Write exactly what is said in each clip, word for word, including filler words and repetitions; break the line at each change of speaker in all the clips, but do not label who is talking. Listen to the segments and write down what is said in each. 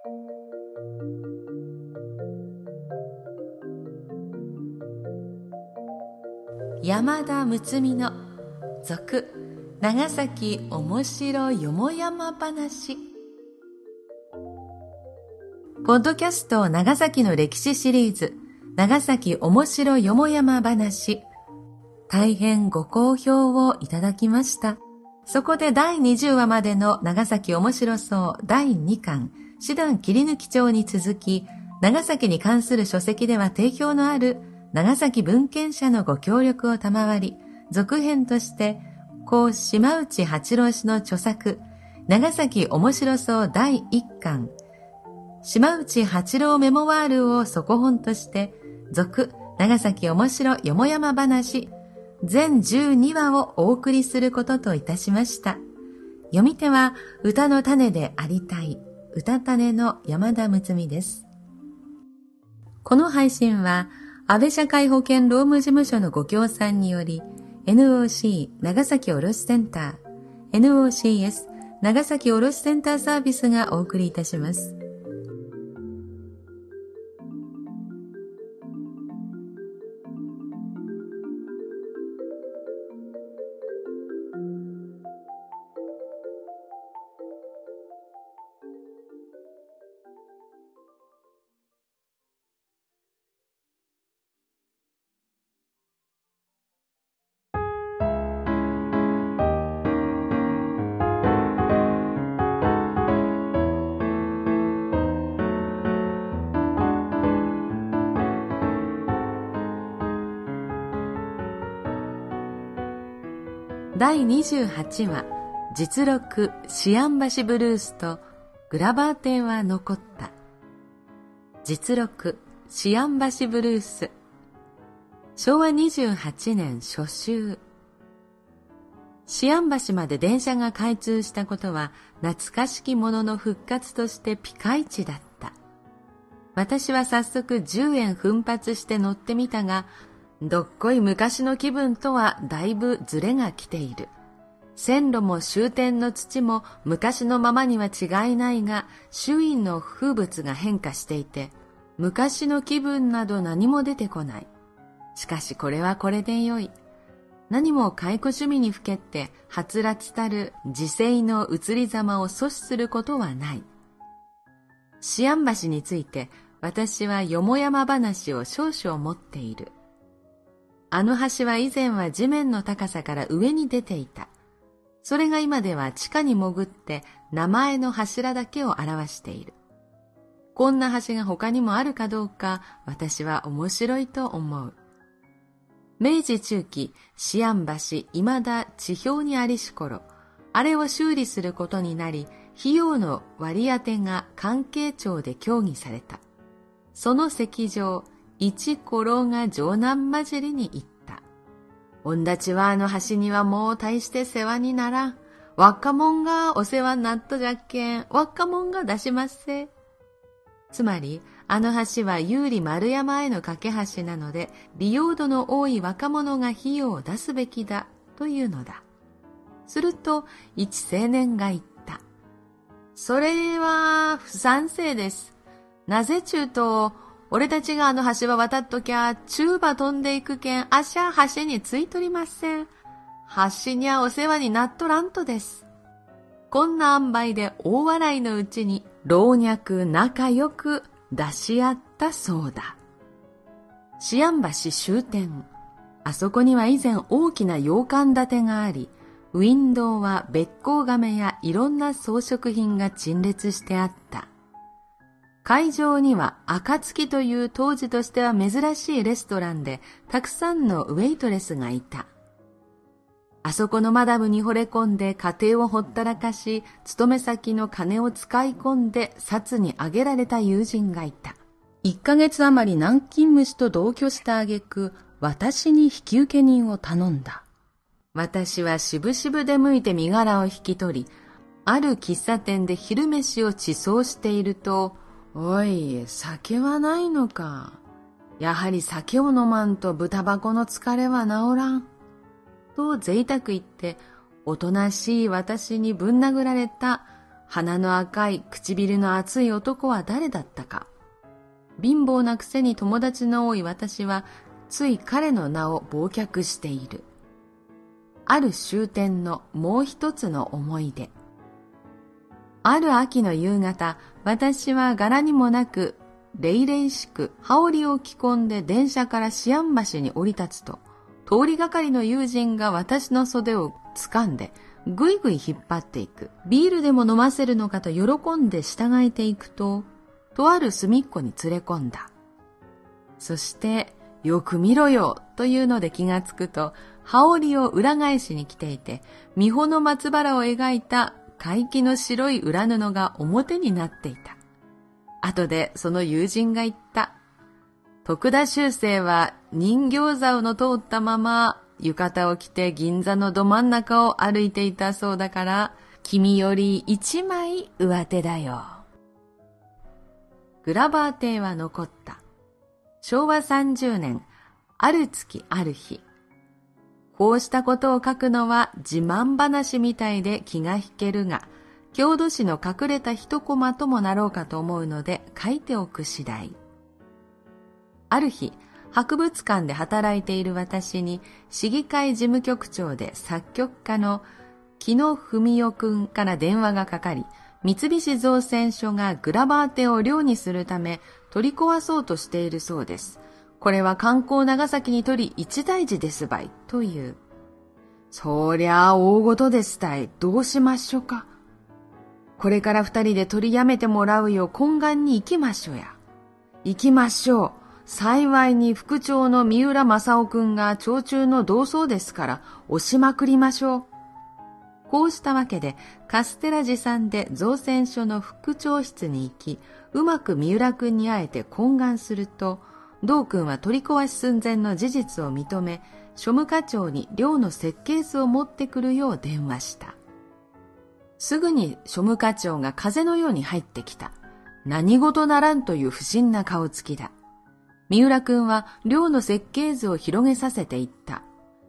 山田睦美の続長崎おもしろよもやま話。ポッドキャスト長崎の歴史シリーズ長崎おもしろよもやま話、大変ご好評をいただきました。そこでだいにじゅうわまでの長崎おもしろそうだいにかん師団切抜帳に続き、長崎に関する書籍では定評のある長崎文献者のご協力を賜り、続編として故島内八郎氏の著作長崎おもしろそうだいいっかん島内八郎メモワールを底本として続長崎おもしろよもやま話全じゅうにわをお送りすることといたしました。読み手は歌の種でありたい歌種の山田睦美です。この配信は安倍社会保険労務事務所のご協賛により エヌオーシー 長崎卸センター エヌオーシーエス 長崎卸センターサービスがお送りいたします。だいにじゅうはちわ実録思案橋ブルースとグラバー展は残った。実録思案橋ブルース、しょうわにじゅうはちねん初秋。思案橋まで電車が開通したことは懐かしきものの復活としてピカイチだった。私は早速じゅうえん奮発して乗ってみたが、どっこい昔の気分とはだいぶズレが来ている。線路も終点の土も昔のままには違いないが、周囲の風物が変化していて、昔の気分など何も出てこない。しかしこれはこれでよい。何も解雇趣味にふけってはつらつたる時世の移りざまを阻止することはない。思案橋について私はよもやま話を少々持っている。あの橋は以前は地面の高さから上に出ていた。それが今では地下に潜って名前の柱だけを表している。こんな橋が他にもあるかどうか私は面白いと思う。明治中期、思案橋未だ地表にありし頃、あれを修理することになり、費用の割り当てが関係庁で協議された。その席上、一古老が城南混じりに言った。おんだちはあの橋にはもう大して世話にならん。若者がお世話になっとじゃっけん、若者が出しますせ。つまり、あの橋は有利丸山への架け橋なので、利用度の多い若者が費用を出すべきだというのだ。すると、一青年が言った。それは不賛成です。なぜちゅうと、俺たちがあの橋は渡っときゃ、中馬飛んでいくけん、あしゃ橋についとりません。橋にゃお世話になっとらんとです。こんな塩梅で大笑いのうちに、老若仲良く出し合ったそうだ。思案橋終点。あそこには以前大きな洋館建てがあり、ウィンドウはべっ甲亀やいろんな装飾品が陳列してあった。会場には暁という当時としては珍しいレストランでたくさんのウェイトレスがいた。あそこのマダムに惚れ込んで家庭をほったらかし、勤め先の金を使い込んで札に上げられた友人がいた。いっかげつ余り南京虫と同居した挙句、私に引き受け人を頼んだ。私はしぶしぶで向いて身柄を引き取り、ある喫茶店で昼飯を馳走していると、おい、酒はないのか。やはり酒を飲まんと豚箱の疲れは治らん。と贅沢言って、おとなしい私にぶん殴られた鼻の赤い唇の厚い男は誰だったか。貧乏なくせに友達の多い私はつい彼の名を忘却している。ある終点のもう一つの思い出。ある秋の夕方、私は柄にもなく、れいれいしく羽織を着込んで電車から思案橋に降り立つと、通りがかりの友人が私の袖を掴んで、ぐいぐい引っ張っていく。ビールでも飲ませるのかと喜んで従えていくと、とある隅っこに連れ込んだ。そして、よく見ろよというので気がつくと、羽織を裏返しに着ていて、美穂の松原を描いた怪奇の白い裏布が表になっていた。後でその友人が言った。徳田秀生は人形竿の通ったまま浴衣を着て銀座のど真ん中を歩いていたそうだから、君より一枚上手だよ。グラバー邸は残った。しょうわさんじゅうねん、ある月ある日。こうしたことを書くのは自慢話みたいで気が引けるが、郷土史の隠れた一コマともなろうかと思うので書いておく次第。ある日、博物館で働いている私に市議会事務局長で作曲家の木野文代くんから電話がかかり、三菱造船所がグラバー邸を漁にするため取り壊そうとしているそうです。これは観光長崎にとり一大事ですばい、という。そりゃあ大事ですたい、どうしましょうか。これから二人で取りやめてもらうよう懇願に行きましょうや。行きましょう。幸いに副長の三浦正夫くんが町中の同窓ですから押しまくりましょう。こうしたわけでカステラ持参で造船所の副長室に行き、うまく三浦くんに会えて懇願すると、同くんは取り壊し寸前の事実を認め、庶務課長に寮の設計図を持ってくるよう電話した。すぐに庶務課長が風のように入ってきた。何事ならんという不審な顔つきだ。三浦くんは寮の設計図を広げさせていった。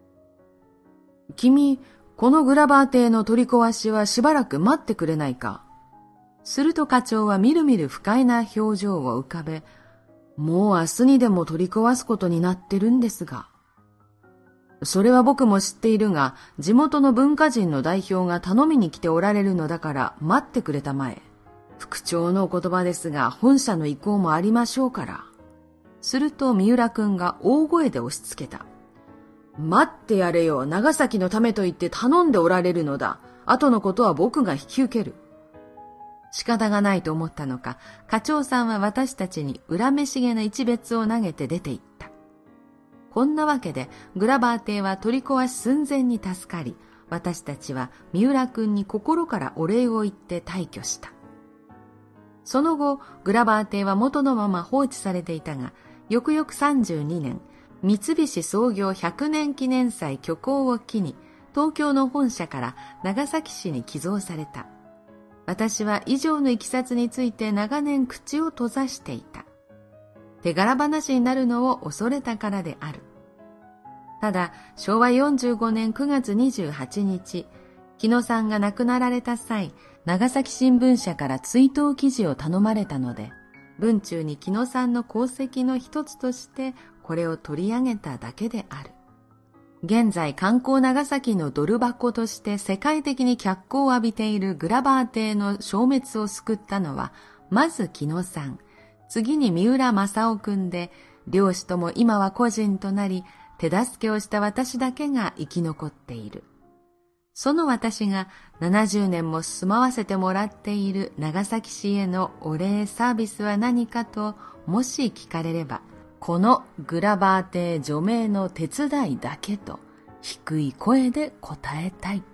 君、このグラバー邸の取り壊しはしばらく待ってくれないか。すると課長はみるみる不快な表情を浮かべ、もう明日にでも取り壊すことになってるんですが。それは僕も知っているが、地元の文化人の代表が頼みに来ておられるのだから待ってくれたまえ。副長のお言葉ですが、本社の意向もありましょうから。すると三浦くんが大声で押し付けた。待ってやれよ、長崎のためと言って頼んでおられるのだ。後のことは僕が引き受ける。仕方がないと思ったのか、課長さんは私たちに恨めしげな一瞥を投げて出て行った。こんなわけでグラバー邸は取り壊し寸前に助かり、私たちは三浦くんに心からお礼を言って退去した。その後、グラバー邸は元のまま放置されていたが、翌々さんじゅうにねん、三菱創業ひゃくねん記念祭挙行を機に、東京の本社から長崎市に寄贈された。私は以上のいきさつについて長年口を閉ざしていた。手柄話になるのを恐れたからである。ただ、しょうわよんじゅうごねんくがつにじゅうはちにち、木野さんが亡くなられた際、長崎新聞社から追悼記事を頼まれたので、文中に木野さんの功績の一つとしてこれを取り上げただけである。現在観光長崎のドル箱として世界的に脚光を浴びているグラバー邸の消滅を救ったのは、まず木野さん、次に三浦正夫くんで、両氏とも今は個人となり、手助けをした私だけが生き残っている。その私がななじゅうねんも住まわせてもらっている長崎市へのお礼サービスは何かと、もし聞かれれば、このグラバー邸除名の手伝いだけと低い声で答えたい。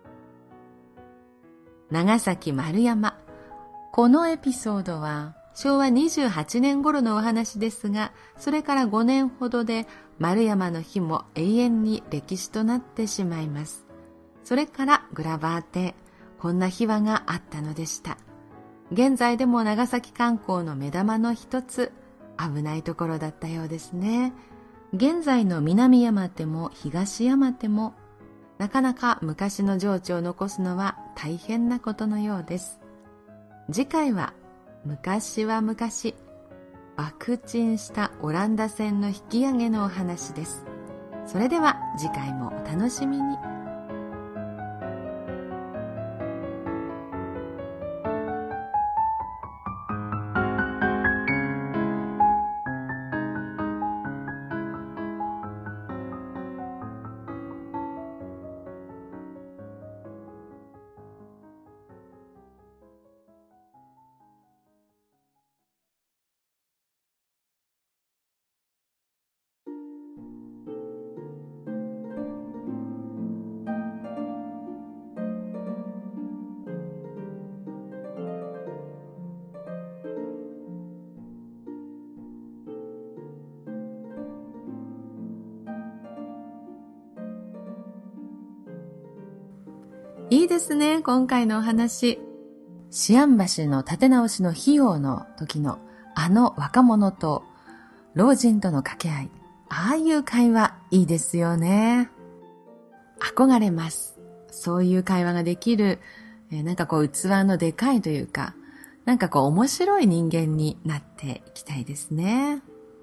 長崎丸山。このエピソードはしょうわにじゅうはちねん頃のお話ですが、それからごねんほどで丸山の日も永遠に歴史となってしまいます。それからグラバー邸、こんな秘話があったのでした。現在でも長崎観光の目玉の一つ、危ないところだったようですね。現在の南山手も東山手も、なかなか昔の情緒を残すのは大変なことのようです。 次回は昔は昔爆沈したオランダ船の引き上げのお話です。それでは次回もお楽しみに。いいですね、今回のお話。思案橋の建て直しの費用の時のあの若者と老人との掛け合い、ああいう会話いいですよね。憧れます。そういう会話ができる、えー、なんかこう器のでかいというか、なんかこう面白い人間になっていきたいですね。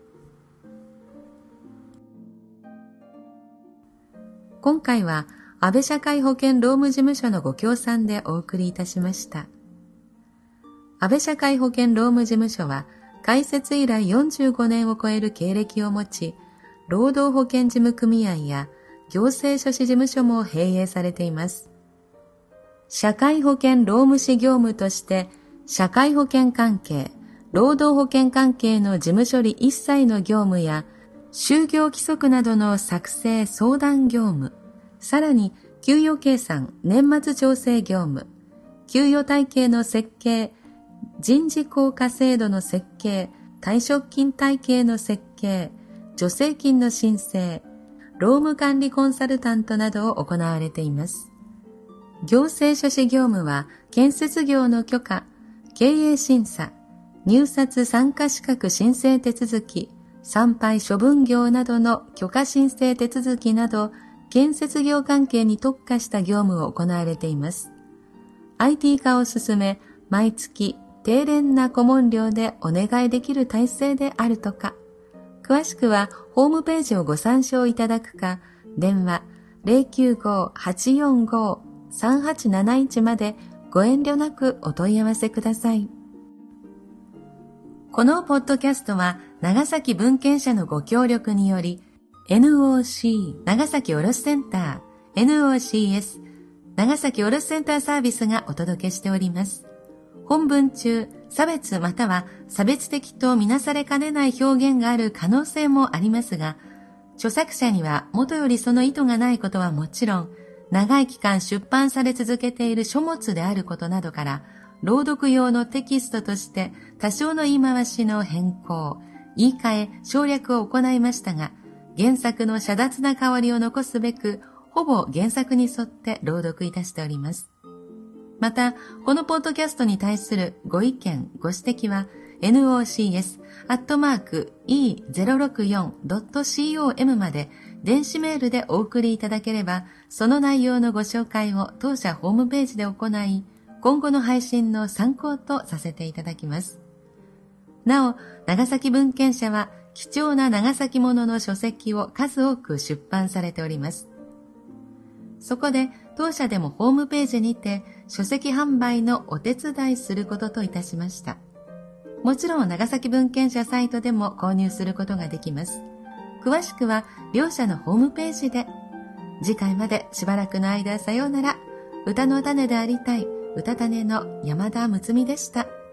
今回は安倍社会保険労務事務所のご協賛でお送りいたしました。安倍社会保険労務事務所は開設以来よんじゅうごねんを超える経歴を持ち、労働保険事務組合や行政書士事務所も併営されています。社会保険労務士業務として社会保険関係、労働保険関係の事務処理一切の業務や就業規則などの作成相談業務、さらに給与計算、年末調整業務、給与体系の設計、人事効果制度の設計、退職金体系の設計、助成金の申請、労務管理コンサルタントなどを行われています。行政書士業務は建設業の許可、経営審査、入札参加資格申請手続き、参拝処分業などの許可申請手続きなど、建設業関係に特化した業務を行われています。アイティー 化を進め、毎月低廉な顧問料でお願いできる体制であるとか。詳しくはホームページをご参照いただくか、電話 ゼロきゅうご はちよんご さんはちなないち までご遠慮なくお問い合わせください。このポッドキャストは長崎文献社のご協力により、エヌオーシー 長崎卸センター エヌオーシーエス 長崎卸センターサービスがお届けしております。本文中、差別または差別的とみなされかねない表現がある可能性もありますが、著作者には元よりその意図がないことはもちろん、長い期間出版され続けている書物であることなどから、朗読用のテキストとして多少の言い回しの変更、言い換え、省略を行いましたが、原作の遮奪な香りを残すべく、ほぼ原作に沿って朗読いたしております。また、このポッドキャストに対するご意見、ご指摘は、エヌオーシーエス アットマーク イーゼロろくよん ドット コム まで電子メールでお送りいただければ、その内容のご紹介を当社ホームページで行い、今後の配信の参考とさせていただきます。なお、長崎文献社は、貴重な長崎ものの書籍を数多く出版されております。そこで当社でもホームページにて書籍販売のお手伝いすることといたしました。もちろん長崎文献社サイトでも購入することができます。詳しくは両社のホームページで。次回までしばらくの間さようなら。歌の種でありたい歌種の山田睦美でした。